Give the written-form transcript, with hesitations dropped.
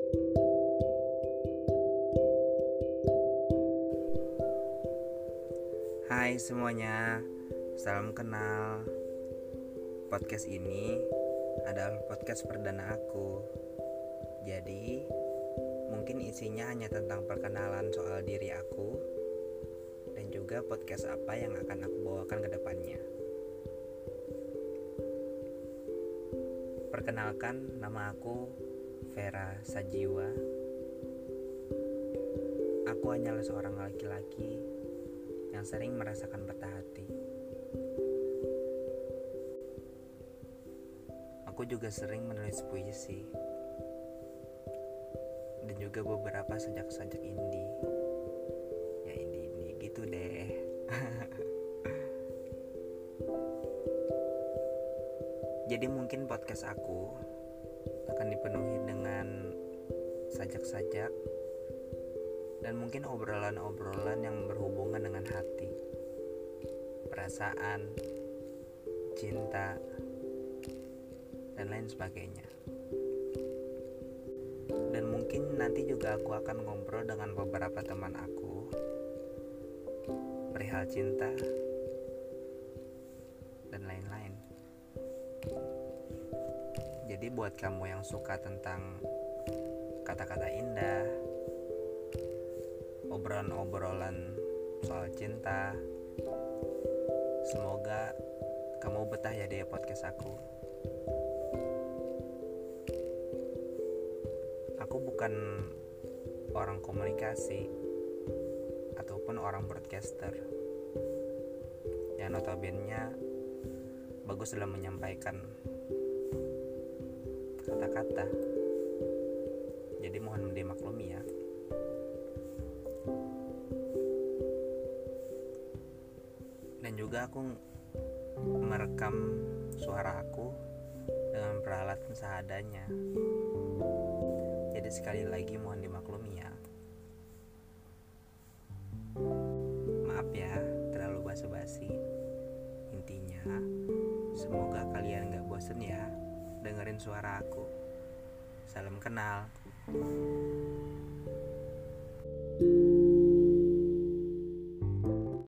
Hai semuanya, salam kenal. Podcast ini adalah podcast perdana aku. Jadi, mungkin isinya hanya tentang perkenalan soal diri aku dan juga podcast apa yang akan aku bawakan ke depannya. Perkenalkan, nama aku Vera Sajiwa. Aku hanyalah seorang laki-laki yang sering merasakan patah hati. Aku juga sering menulis puisi dan juga beberapa sajak-sajak indie. Ya indie gitu deh. Jadi mungkin podcast aku akan dipenuhi dengan sajak-sajak dan mungkin obrolan-obrolan yang berhubungan dengan hati, perasaan, cinta, dan lain sebagainya. Dan mungkin nanti juga aku akan ngobrol dengan beberapa teman aku perihal cinta dan lain-lain. Jadi buat kamu yang suka tentang kata-kata indah, obrolan-obrolan soal cinta, semoga kamu betah ya di podcast aku. Aku bukan orang komunikasi ataupun orang broadcaster yang notabene bagus dalam menyampaikan kata-kata. Jadi mohon dimaklumi ya. Dan juga aku merekam suara aku dengan peralatan seadanya. Jadi sekali lagi mohon dimaklumi ya. Maaf ya terlalu basa-basi. Intinya semoga kalian gak bosen ya dengerin suara aku. Salam kenal.